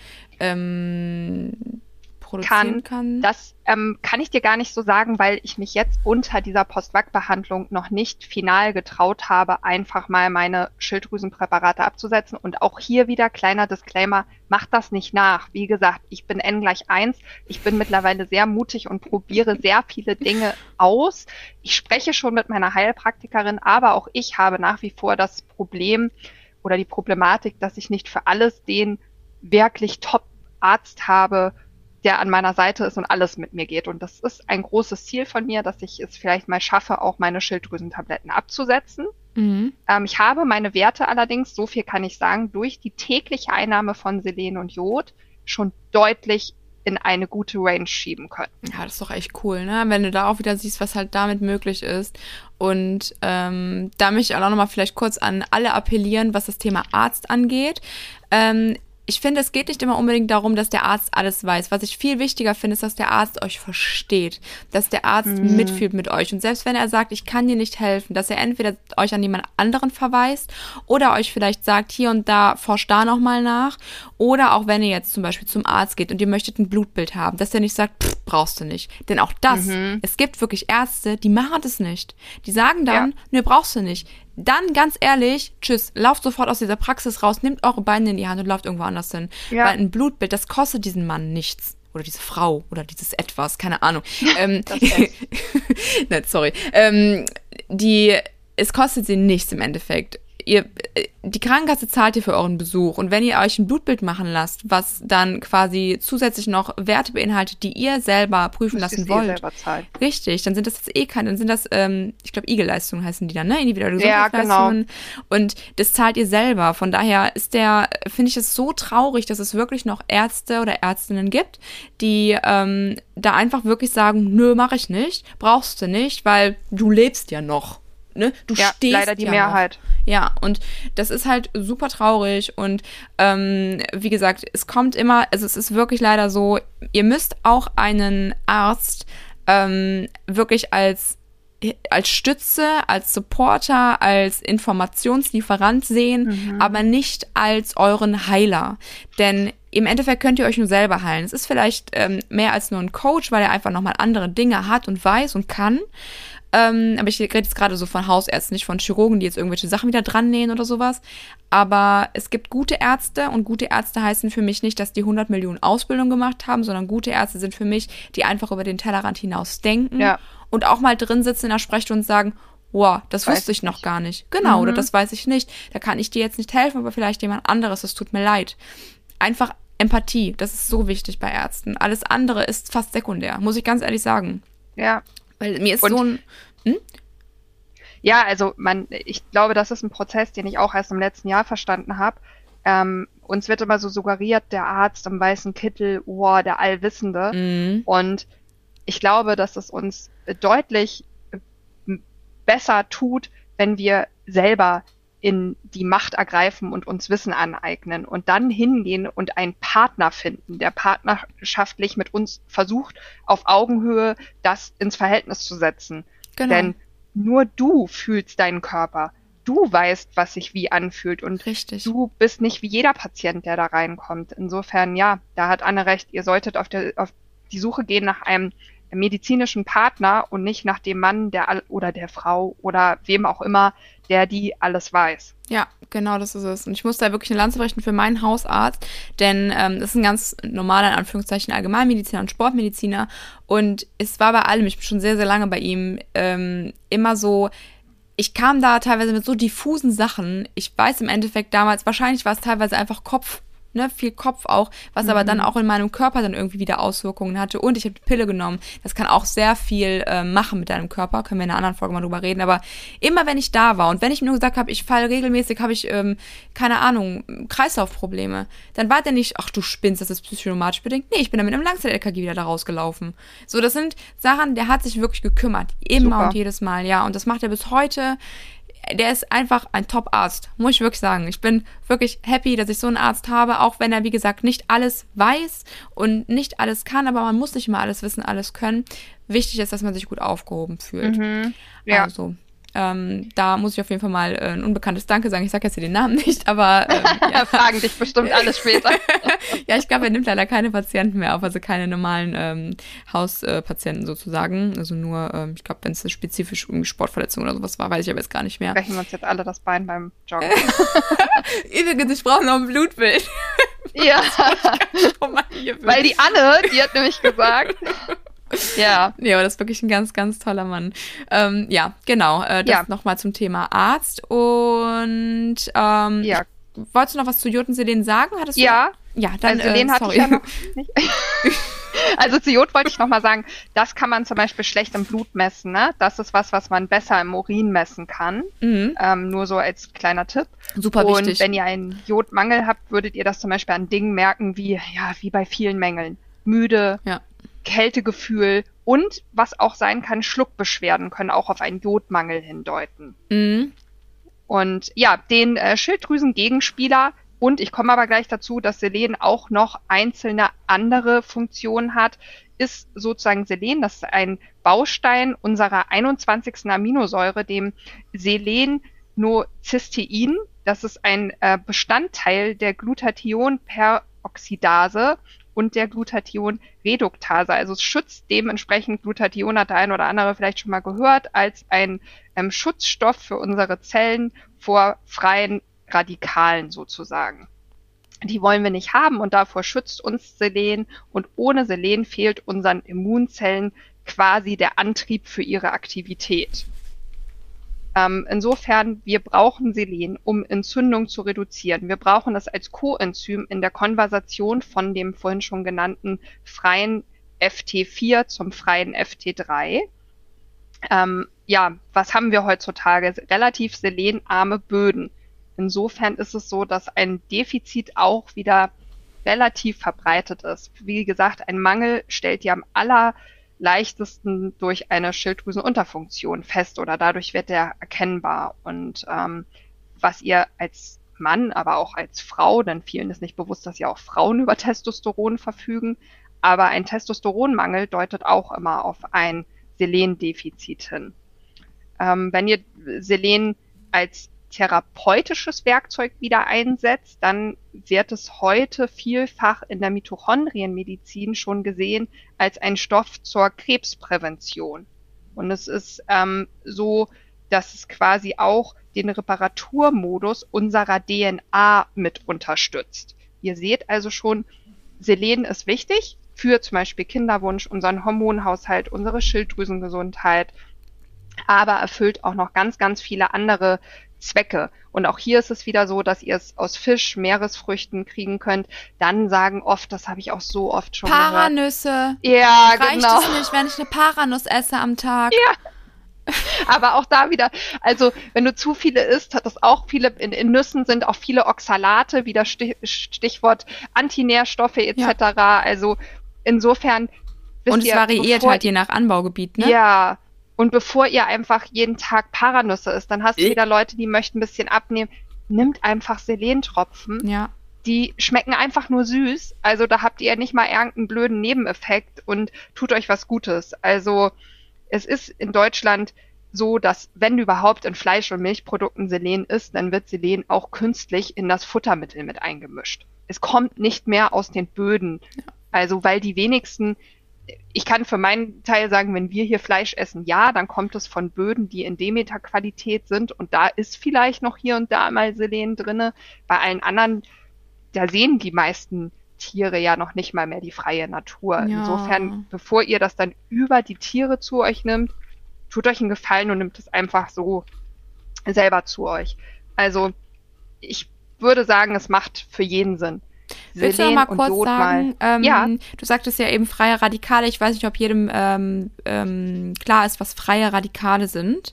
produzieren kann.
Das kann ich dir gar nicht so sagen, weil ich mich jetzt unter dieser Post-Vac-Behandlung noch nicht final getraut habe, einfach mal meine Schilddrüsenpräparate abzusetzen. Und auch hier wieder kleiner Disclaimer, macht das nicht nach. Wie gesagt, ich bin N=1. Ich bin mittlerweile sehr mutig und probiere sehr viele Dinge aus. Ich spreche schon mit meiner Heilpraktikerin, aber auch ich habe nach wie vor das Problem oder die Problematik, dass ich nicht für alles den wirklich Top-Arzt habe, der an meiner Seite ist und alles mit mir geht. Und das ist ein großes Ziel von mir, dass ich es vielleicht mal schaffe, auch meine Schilddrüsentabletten abzusetzen. Ich habe meine Werte allerdings, so viel kann ich sagen, durch die tägliche Einnahme von Selen und Jod schon deutlich in eine gute Range schieben können.
Ja, das ist doch echt cool, ne? Wenn du da auch wieder siehst, was halt damit möglich ist. Und da möchte ich auch nochmal vielleicht kurz an alle appellieren, was das Thema Arzt angeht. Ich finde, es geht nicht immer unbedingt darum, dass der Arzt alles weiß. Was ich viel wichtiger finde, ist, dass der Arzt euch versteht, dass der Arzt mitfühlt mit euch. Und selbst wenn er sagt, ich kann dir nicht helfen, dass er entweder euch an jemand anderen verweist oder euch vielleicht sagt, hier und da, forscht da nochmal nach. Oder auch wenn ihr jetzt zum Beispiel zum Arzt geht und ihr möchtet ein Blutbild haben, dass er nicht sagt, brauchst du nicht. Denn auch das, es gibt wirklich Ärzte, die machen das nicht. Die sagen dann, nö, brauchst du nicht. Dann, ganz ehrlich, tschüss, lauft sofort aus dieser Praxis raus, nehmt eure Beine in die Hand und lauft irgendwo anders hin. Ja. Weil ein Blutbild, das kostet diesen Mann nichts. Oder diese Frau oder dieses Etwas, keine Ahnung. Nein, sorry. es kostet sie nichts im Endeffekt. Die Krankenkasse zahlt ihr für euren Besuch und wenn ihr euch ein Blutbild machen lasst, was dann quasi zusätzlich noch Werte beinhaltet, die ihr selber prüfen lassen wollt.
Selber zahlen.
Richtig, dann sind das jetzt dann sind das, ich glaube, IG-Leistungen heißen die dann, ne? Individuelle
Ja,
Gesundheitsleistungen.
genau.
Und das zahlt ihr selber. Von daher finde ich es so traurig, dass es wirklich noch Ärzte oder Ärztinnen gibt, die da einfach wirklich sagen, nö, mache ich nicht, brauchst du nicht, weil du lebst ja noch. Ne? Du stehst
leider die
ja
Mehrheit.
Noch. Ja, und das ist halt super traurig und wie gesagt, es kommt immer, also es ist wirklich leider so, ihr müsst auch einen Arzt wirklich als Stütze, als Supporter, als Informationslieferant sehen, aber nicht als euren Heiler. Denn im Endeffekt könnt ihr euch nur selber heilen. Es ist vielleicht mehr als nur ein Coach, weil er einfach nochmal andere Dinge hat und weiß und kann. Aber ich rede jetzt gerade so von Hausärzten, nicht von Chirurgen, die jetzt irgendwelche Sachen wieder dran nähen oder sowas. Aber es gibt gute Ärzte und gute Ärzte heißen für mich nicht, dass die 100 Millionen Ausbildung gemacht haben, sondern gute Ärzte sind für mich, die einfach über den Tellerrand hinaus denken und auch mal drin sitzen in der Sprechstunde und sagen, wow, das wusste ich noch gar nicht. Genau, oder das weiß ich nicht. Da kann ich dir jetzt nicht helfen, aber vielleicht jemand anderes, es tut mir leid. Einfach Empathie, das ist so wichtig bei Ärzten. Alles andere ist fast sekundär, muss ich ganz ehrlich sagen.
Ja.
Weil mir ist so ein...
Ja, also ich glaube, das ist ein Prozess, den ich auch erst im letzten Jahr verstanden habe. Uns wird immer so suggeriert, der Arzt im weißen Kittel, der Allwissende. Und ich glaube, dass es uns deutlich besser tut, wenn wir selber in die Macht ergreifen und uns Wissen aneignen und dann hingehen und einen Partner finden, der partnerschaftlich mit uns versucht, auf Augenhöhe das ins Verhältnis zu setzen.
Genau.
Denn nur du fühlst deinen Körper. Du weißt, was sich wie anfühlt und
Richtig.
Du bist nicht wie jeder Patient, der da reinkommt. Insofern, ja, da hat Anne recht. Ihr solltet auf die Suche gehen nach einem medizinischen Partner und nicht nach dem Mann oder der Frau oder wem auch immer, der die alles weiß.
Ja, genau, das ist es. Und ich muss da wirklich eine Lanze brechen für meinen Hausarzt, denn das ist ein ganz normaler, in Anführungszeichen, Allgemeinmediziner und Sportmediziner. Und es war bei allem, ich bin schon sehr, sehr lange bei ihm, immer so, ich kam da teilweise mit so diffusen Sachen. Ich weiß im Endeffekt damals, wahrscheinlich war es teilweise einfach Kopf, ne, viel Kopf auch, was aber dann auch in meinem Körper dann irgendwie wieder Auswirkungen hatte. Und ich habe die Pille genommen. Das kann auch sehr viel machen mit deinem Körper. Können wir in einer anderen Folge mal drüber reden. Aber immer wenn ich da war und wenn ich mir nur gesagt habe, ich falle regelmäßig, habe ich, keine Ahnung, Kreislaufprobleme, dann war der nicht, ach du spinnst, das ist psychosomatisch bedingt. Nee, ich bin dann mit einem Langzeit-LKG wieder da rausgelaufen. So, das sind Sachen, der hat sich wirklich gekümmert. Immer
Super.
Und jedes Mal, ja. Und das macht er bis heute. Der ist einfach ein Top-Arzt, muss ich wirklich sagen. Ich bin wirklich happy, dass ich so einen Arzt habe, auch wenn er, wie gesagt, nicht alles weiß und nicht alles kann, aber man muss nicht immer alles wissen, alles können. Wichtig ist, dass man sich gut aufgehoben fühlt.
Ja.
Also, da muss ich auf jeden Fall mal ein unbekanntes Danke sagen. Ich sage jetzt hier den Namen nicht, aber
ja. Fragen dich bestimmt alles später.
Ja, ich glaube, er nimmt leider keine Patienten mehr auf, also keine normalen Hauspatienten sozusagen. Also nur, ich glaube, wenn es spezifisch um Sportverletzung oder sowas war, weiß ich aber jetzt gar nicht mehr.
Brechen wir uns jetzt alle das Bein beim Joggen.
Übrigens, ich brauche noch ein Blutbild.
Ja, weil die Anne, die hat nämlich gesagt... Ja.
Nee, aber das ist wirklich ein ganz, ganz toller Mann. Ja, genau. Das nochmal zum Thema Arzt. Und wolltest du noch was zu Jotenseelen sagen? Hattest du? Ja, dann
Selen hatte ich ja noch nicht. Also zu Jod wollte ich nochmal sagen, das kann man zum Beispiel schlecht im Blut messen. Ne? Das ist was man besser im Urin messen kann. Nur so als kleiner Tipp.
Super wichtig.
Und wenn ihr einen Jodmangel habt, würdet ihr das zum Beispiel an Dingen merken, wie bei vielen Mängeln. Müde, Kältegefühl und was auch sein kann, Schluckbeschwerden können auch auf einen Jodmangel hindeuten. Und ja, den Schilddrüsengegenspieler, und ich komme aber gleich dazu, dass Selen auch noch einzelne andere Funktionen hat, ist sozusagen Selen, das ist ein Baustein unserer 21. Aminosäure, dem Selenocystein. Das ist ein Bestandteil der Glutathionperoxidase und der Glutathionreduktase. Also es schützt dementsprechend, Glutathion hat der ein oder andere vielleicht schon mal gehört, als ein Schutzstoff für unsere Zellen vor freien Radikalen sozusagen. Die wollen wir nicht haben und davor schützt uns Selen, und ohne Selen fehlt unseren Immunzellen quasi der Antrieb für ihre Aktivität. Insofern, wir brauchen Selen, um Entzündung zu reduzieren. Wir brauchen das als Coenzym in der Konversation von dem vorhin schon genannten freien FT4 zum freien FT3. Was haben wir heutzutage? Relativ selenarme Böden. Insofern ist es so, dass ein Defizit auch wieder relativ verbreitet ist. Wie gesagt, ein Mangel stellt die am allerleichtesten durch eine Schilddrüsenunterfunktion fest oder dadurch wird der erkennbar. Und was ihr als Mann, aber auch als Frau, denn vielen ist nicht bewusst, dass ja auch Frauen über Testosteron verfügen, aber ein Testosteronmangel deutet auch immer auf ein Selendefizit hin. Wenn ihr Selen als therapeutisches Werkzeug wieder einsetzt, dann wird es heute vielfach in der Mitochondrienmedizin schon gesehen als ein Stoff zur Krebsprävention. Und es ist so, dass es quasi auch den Reparaturmodus unserer DNA mit unterstützt. Ihr seht also schon, Selen ist wichtig für zum Beispiel Kinderwunsch, unseren Hormonhaushalt, unsere Schilddrüsengesundheit, aber erfüllt auch noch ganz, ganz viele andere Zwecke. Und auch hier ist es wieder so, dass ihr es aus Fisch, Meeresfrüchten kriegen könnt. Dann sagen oft, das habe ich auch so oft schon gehört.
Paranüsse.
Ja,
Reicht
genau.
es nicht, wenn ich eine Paranuss esse am Tag?
Ja. Aber auch da wieder, also wenn du zu viele isst, hat das auch viele, in Nüssen sind auch viele Oxalate, wieder Stichwort Antinährstoffe etc. Ja. Also insofern
und es variiert halt je nach Anbaugebiet, ne?
Ja. Und bevor ihr einfach jeden Tag Paranüsse isst, dann hast du wieder Leute, die möchten ein bisschen abnehmen. Nimmt einfach Selentropfen.
Ja.
Die schmecken einfach nur süß. Also da habt ihr nicht mal irgendeinen blöden Nebeneffekt und tut euch was Gutes. Also es ist in Deutschland so, dass wenn du überhaupt in Fleisch- und Milchprodukten Selen isst, dann wird Selen auch künstlich in das Futtermittel mit eingemischt. Es kommt nicht mehr aus den Böden. Ja. Also weil die wenigsten... Ich kann für meinen Teil sagen, wenn wir hier Fleisch essen, ja, dann kommt es von Böden, die in Demeter-Qualität sind und da ist vielleicht noch hier und da mal Selen drinne. Bei allen anderen, da sehen die meisten Tiere ja noch nicht mal mehr die freie Natur. Ja. Insofern, bevor ihr das dann über die Tiere zu euch nimmt, tut euch einen Gefallen und nimmt es einfach so selber zu euch. Also ich würde sagen, es macht für jeden Sinn.
Willst du noch mal kurz sagen, du sagtest ja eben freie Radikale, ich weiß nicht, ob jedem klar ist, was freie Radikale sind.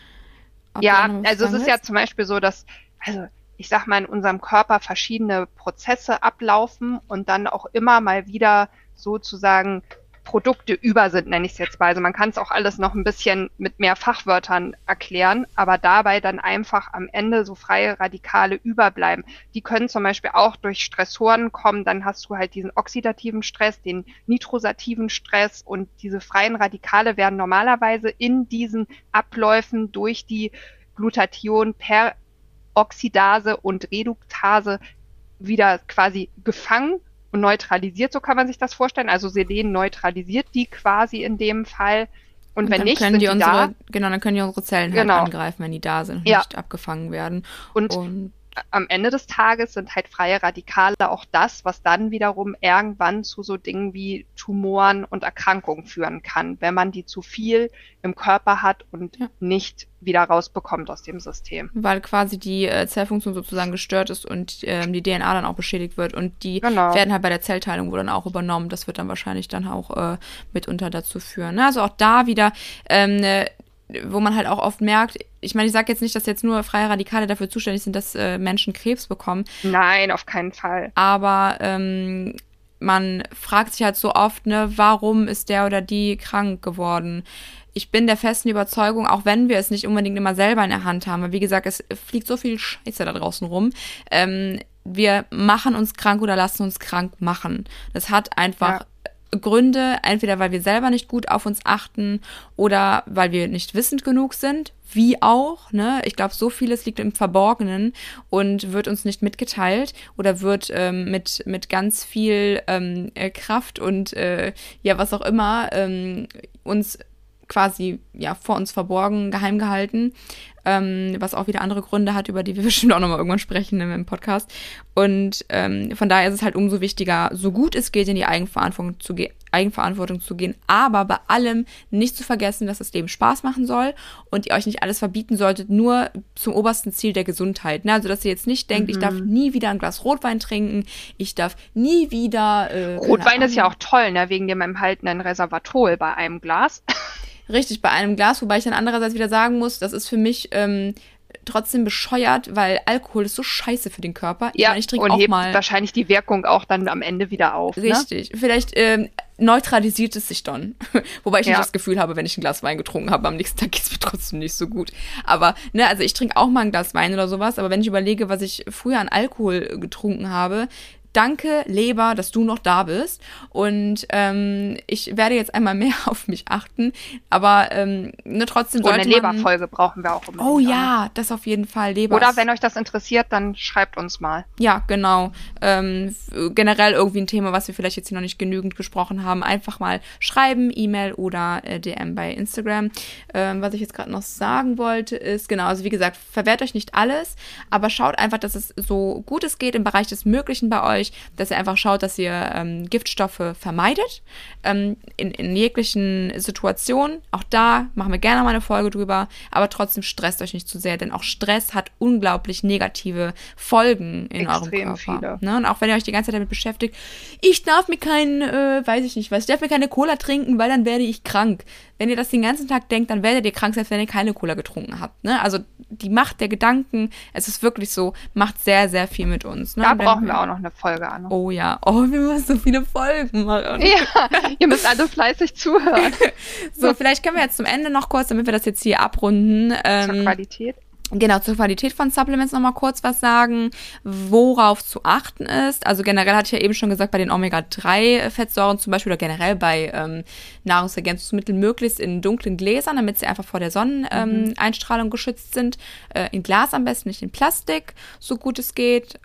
Ja, also es ist ja zum Beispiel so, dass, also ich sag mal, in unserem Körper verschiedene Prozesse ablaufen und dann auch immer mal wieder sozusagen Produkte über sind, nenne ich es jetzt mal. Also man kann es auch alles noch ein bisschen mit mehr Fachwörtern erklären, aber dabei dann einfach am Ende so freie Radikale überbleiben. Die können zum Beispiel auch durch Stressoren kommen, dann hast du halt diesen oxidativen Stress, den nitrosativen Stress und diese freien Radikale werden normalerweise in diesen Abläufen durch die Glutathion-Peroxidase und Reduktase wieder quasi gefangen und neutralisiert, so kann man sich das vorstellen. Also Selen neutralisiert die quasi in dem Fall. Und wenn nicht, sind die da.
Genau, dann können die unsere Zellen halt angreifen, wenn die da sind und nicht abgefangen werden.
Und am Ende des Tages sind halt freie Radikale auch das, was dann wiederum irgendwann zu so Dingen wie Tumoren und Erkrankungen führen kann, wenn man die zu viel im Körper hat und nicht wieder rausbekommt aus dem System.
Weil quasi die Zellfunktion sozusagen gestört ist und die DNA dann auch beschädigt wird und die werden halt bei der Zellteilung wohl dann auch übernommen. Das wird dann wahrscheinlich dann auch mitunter dazu führen. Also auch da wieder wo man halt auch oft merkt, ich meine, ich sage jetzt nicht, dass jetzt nur freie Radikale dafür zuständig sind, dass Menschen Krebs bekommen.
Nein, auf keinen Fall.
Aber man fragt sich halt so oft, ne, warum ist der oder die krank geworden? Ich bin der festen Überzeugung, auch wenn wir es nicht unbedingt immer selber in der Hand haben, weil wie gesagt, es fliegt so viel Scheiße da draußen rum, wir machen uns krank oder lassen uns krank machen. Das hat einfach Gründe, entweder weil wir selber nicht gut auf uns achten oder weil wir nicht wissend genug sind, wie auch, ne? Ich glaube, so vieles liegt im Verborgenen und wird uns nicht mitgeteilt oder wird mit ganz viel Kraft und was auch immer uns quasi vor uns verborgen, geheim gehalten, was auch wieder andere Gründe hat, über die wir bestimmt auch nochmal irgendwann sprechen im Podcast. Und von daher ist es halt umso wichtiger, so gut es geht, in die Eigenverantwortung Eigenverantwortung zu gehen, aber bei allem nicht zu vergessen, dass das Leben Spaß machen soll und ihr euch nicht alles verbieten solltet, nur zum obersten Ziel der Gesundheit. Ne? Also, dass ihr jetzt nicht denkt, ich darf nie wieder ein Glas Rotwein trinken, ich darf nie wieder...
Rotwein ist ja auch toll, ne? Wegen dem enthaltenen Resveratrol bei einem Glas.
Richtig, bei einem Glas, wobei ich dann andererseits wieder sagen muss, das ist für mich trotzdem bescheuert, weil Alkohol ist so scheiße für den Körper. Ich trinke
und
auch
hebt
mal
wahrscheinlich die Wirkung auch dann am Ende wieder auf.
Richtig. Ne? Vielleicht neutralisiert es sich dann. Wobei ich nicht das Gefühl habe, wenn ich ein Glas Wein getrunken habe, am nächsten Tag geht es mir trotzdem nicht so gut. Aber, ne, also ich trinke auch mal ein Glas Wein oder sowas, aber wenn ich überlege, was ich früher an Alkohol getrunken habe, danke, Leber, dass du noch da bist. Und ich werde jetzt einmal mehr auf mich achten. Aber trotzdem sollte
eine Leberfolge brauchen wir auch unbedingt.
Oh ja, das auf jeden Fall. Leber.
Oder wenn euch das interessiert, dann schreibt uns mal.
Ja, genau. Generell irgendwie ein Thema, was wir vielleicht jetzt hier noch nicht genügend besprochen haben. Einfach mal schreiben, E-Mail oder DM bei Instagram. Was ich jetzt gerade noch sagen wollte, ist, genau, also wie gesagt, verwehrt euch nicht alles, aber schaut einfach, dass es so gut es geht im Bereich des Möglichen bei euch, dass ihr einfach schaut, dass ihr Giftstoffe vermeidet, in jeglichen Situationen. Auch da machen wir gerne mal eine Folge drüber, aber trotzdem stresst euch nicht zu sehr, denn auch Stress hat unglaublich negative Folgen in eurem Körper.
Viele.
Ne? Und auch wenn ihr euch die ganze Zeit damit beschäftigt, ich darf mir ich darf mir keine Cola trinken, weil dann werde ich krank. Wenn ihr das den ganzen Tag denkt, dann werdet ihr krank, selbst wenn ihr keine Cola getrunken habt. Ne? Also die Macht der Gedanken, es ist wirklich so, macht sehr, sehr viel mit uns. Ne?
Da brauchen wir auch noch eine Folge an.
Oh ja, wir müssen so viele Folgen machen.
Ja, ihr müsst alle fleißig zuhören.
So, vielleicht können wir jetzt zum Ende noch kurz, damit wir das jetzt hier abrunden.
Zur Qualität.
Genau, zur Qualität von Supplements nochmal kurz was sagen, worauf zu achten ist. Also generell hatte ich ja eben schon gesagt, bei den Omega-3-Fettsäuren zum Beispiel oder generell bei Nahrungsergänzungsmitteln möglichst in dunklen Gläsern, damit sie einfach vor der Sonneneinstrahlung geschützt sind. In Glas am besten, nicht in Plastik, so gut es geht.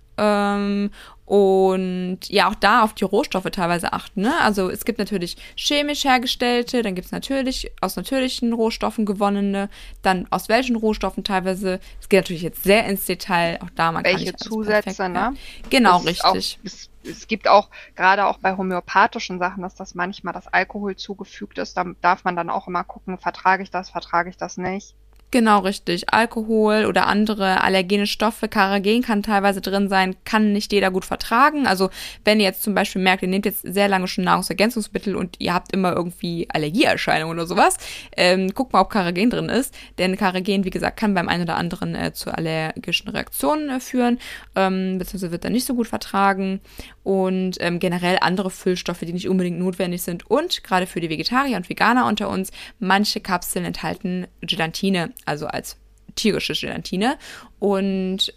Und ja, auch da auf die Rohstoffe teilweise achten. Ne? Also es gibt natürlich chemisch hergestellte, dann gibt es natürlich aus natürlichen Rohstoffen gewonnene, dann aus welchen Rohstoffen teilweise. Es geht natürlich jetzt sehr ins Detail, auch da man kann
welche Zusätze, perfekt, ne?
Genau, richtig.
Es gibt auch, gerade auch bei homöopathischen Sachen, dass das manchmal das Alkohol zugefügt ist. Da darf man dann auch immer gucken, vertrage ich das nicht.
Genau, richtig. Alkohol oder andere allergene Stoffe, Carrageen kann teilweise drin sein, kann nicht jeder gut vertragen. Also wenn ihr jetzt zum Beispiel merkt, ihr nehmt jetzt sehr lange schon Nahrungsergänzungsmittel und ihr habt immer irgendwie Allergieerscheinungen oder sowas, guckt mal, ob Carrageen drin ist. Denn Carrageen, wie gesagt, kann beim einen oder anderen zu allergischen Reaktionen führen, beziehungsweise wird dann nicht so gut vertragen. Und generell andere Füllstoffe, die nicht unbedingt notwendig sind. Und gerade für die Vegetarier und Veganer unter uns, manche Kapseln enthalten Gelatine, also als tierische Gelatine. Und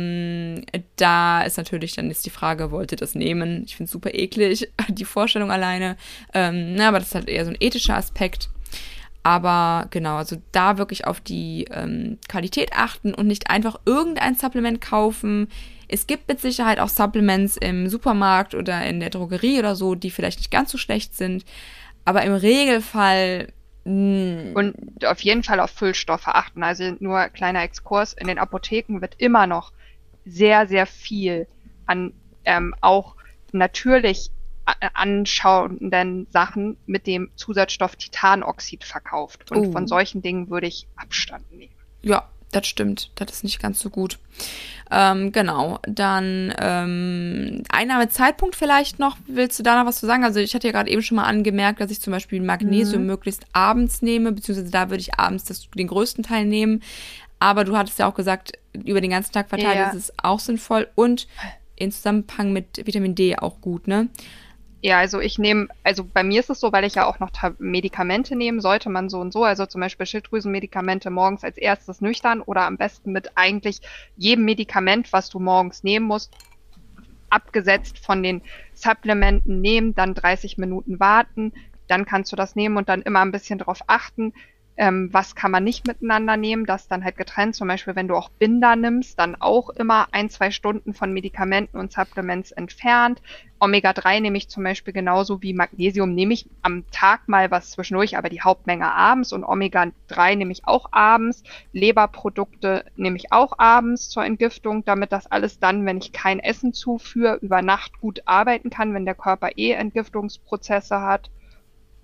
da ist natürlich, dann ist die Frage, wollt ihr das nehmen? Ich finde es super eklig, die Vorstellung alleine. Aber das ist halt eher so ein ethischer Aspekt. Aber genau, also da wirklich auf die Qualität achten und nicht einfach irgendein Supplement kaufen. Es gibt mit Sicherheit auch Supplements im Supermarkt oder in der Drogerie oder so, die vielleicht nicht ganz so schlecht sind. Aber im Regelfall...
Und auf jeden Fall auf Füllstoffe achten. Also nur kleiner Exkurs, in den Apotheken wird immer noch sehr, sehr viel an auch natürlich anschauenden Sachen mit dem Zusatzstoff Titanoxid verkauft. Und von solchen Dingen würde ich Abstand nehmen.
Ja, das stimmt. Das ist nicht ganz so gut. Genau. Dann Einnahmezeitpunkt vielleicht noch. Willst du da noch was zu sagen? Also ich hatte ja gerade eben schon mal angemerkt, dass ich zum Beispiel Magnesium möglichst abends nehme, beziehungsweise da würde ich abends den größten Teil nehmen. Aber du hattest ja auch gesagt, über den ganzen Tag verteilt ist es auch sinnvoll und in Zusammenhang mit Vitamin D auch gut, ne?
Ja, also bei mir ist es so, weil ich ja auch noch Medikamente nehme, sollte man so und so, also zum Beispiel Schilddrüsenmedikamente morgens als erstes nüchtern oder am besten mit eigentlich jedem Medikament, was du morgens nehmen musst, abgesetzt von den Supplementen nehmen, dann 30 Minuten warten, dann kannst du das nehmen und dann immer ein bisschen drauf achten, was kann man nicht miteinander nehmen, das dann halt getrennt, zum Beispiel wenn du auch Binder nimmst, dann auch immer 1-2 Stunden von Medikamenten und Supplements entfernt. Omega-3 nehme ich zum Beispiel genauso wie Magnesium, nehme ich am Tag mal was zwischendurch, aber die Hauptmenge abends und Omega-3 nehme ich auch abends. Leberprodukte nehme ich auch abends zur Entgiftung, damit das alles dann, wenn ich kein Essen zuführe, über Nacht gut arbeiten kann, wenn der Körper Entgiftungsprozesse hat.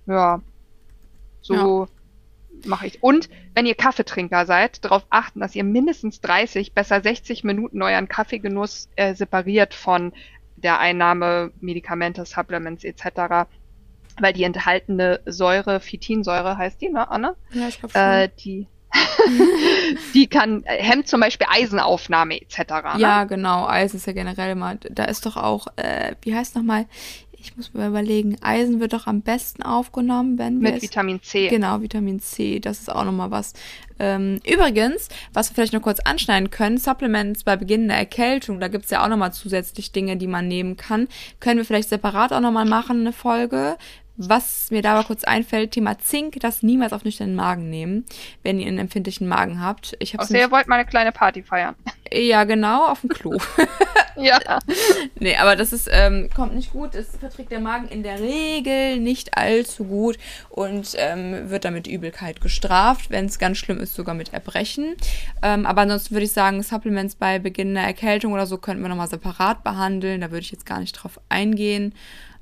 Ja, so mache ich. Und wenn ihr Kaffeetrinker seid, darauf achten, dass ihr mindestens 30, besser 60 Minuten euren Kaffeegenuss separiert von der Einnahme Medikamente, Supplements etc. Weil die enthaltene Säure, Phytinsäure heißt die, ne, Anne?
Ja, ich glaube schon.
Die hemmt zum Beispiel Eisenaufnahme etc. Ne?
Ja, genau. Eisen ist ja generell immer, da ist doch auch, wie heißt nochmal, ich muss mir überlegen, Eisen wird doch am besten aufgenommen, wenn wir
Mit Vitamin C.
Genau, Vitamin C, das ist auch nochmal was. Übrigens, was wir vielleicht noch kurz anschneiden können, Supplements bei Beginn der Erkältung, da gibt's ja auch nochmal zusätzlich Dinge, die man nehmen kann. Können wir vielleicht separat auch nochmal machen, eine Folge. Was mir da aber kurz einfällt, Thema Zink, das niemals auf nüchternen Magen nehmen, wenn ihr einen empfindlichen Magen habt.
Außer ihr wollt mal eine kleine Party feiern.
Ja, genau, auf dem Klo.
Ja.
Nee, aber das ist, kommt nicht gut. Es verträgt der Magen in der Regel nicht allzu gut und wird dann mit Übelkeit gestraft. Wenn es ganz schlimm ist, sogar mit Erbrechen. Aber ansonsten würde ich sagen, Supplements bei Beginn der Erkältung oder so könnten wir nochmal separat behandeln. Da würde ich jetzt gar nicht drauf eingehen.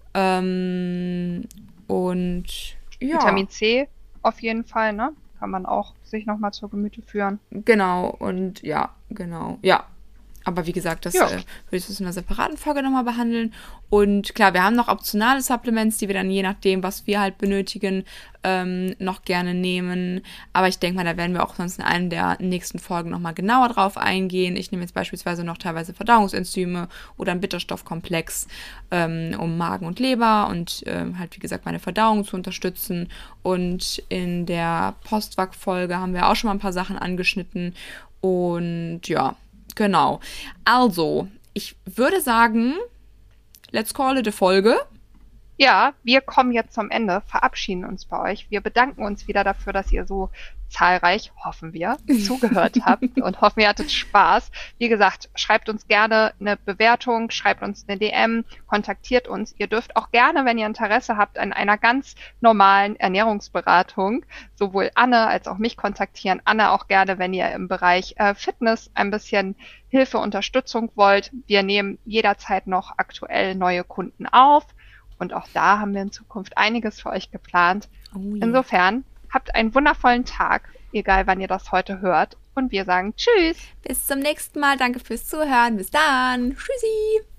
Und ja.
Vitamin C auf jeden Fall, ne? Kann man auch sich nochmal zur Gemüte führen.
Genau, und ja, genau. Ja. Aber wie gesagt, das würde ich in einer separaten Folge nochmal behandeln. Und klar, wir haben noch optionale Supplements, die wir dann je nachdem, was wir halt benötigen, noch gerne nehmen. Aber ich denke mal, da werden wir auch sonst in einer der nächsten Folgen nochmal genauer drauf eingehen. Ich nehme jetzt beispielsweise noch teilweise Verdauungsenzyme oder einen Bitterstoffkomplex, um Magen und Leber und halt, wie gesagt, meine Verdauung zu unterstützen. Und in der Postwag-Folge haben wir auch schon mal ein paar Sachen angeschnitten. Und ja, genau. Also, ich würde sagen, let's call it a Folge.
Ja, wir kommen jetzt zum Ende, verabschieden uns bei euch. Wir bedanken uns wieder dafür, dass ihr so zahlreich, hoffen wir, zugehört habt und hoffen, ihr hattet Spaß. Wie gesagt, schreibt uns gerne eine Bewertung, schreibt uns eine DM, kontaktiert uns. Ihr dürft auch gerne, wenn ihr Interesse habt, an einer ganz normalen Ernährungsberatung sowohl Anne als auch mich kontaktieren. Anne auch gerne, wenn ihr im Bereich Fitness ein bisschen Hilfe, Unterstützung wollt. Wir nehmen jederzeit noch aktuell neue Kunden auf. Und auch da haben wir in Zukunft einiges für euch geplant. Oh yeah. Insofern, habt einen wundervollen Tag, egal wann ihr das heute hört. Und wir sagen Tschüss.
Bis zum nächsten Mal. Danke fürs Zuhören. Bis dann. Tschüssi.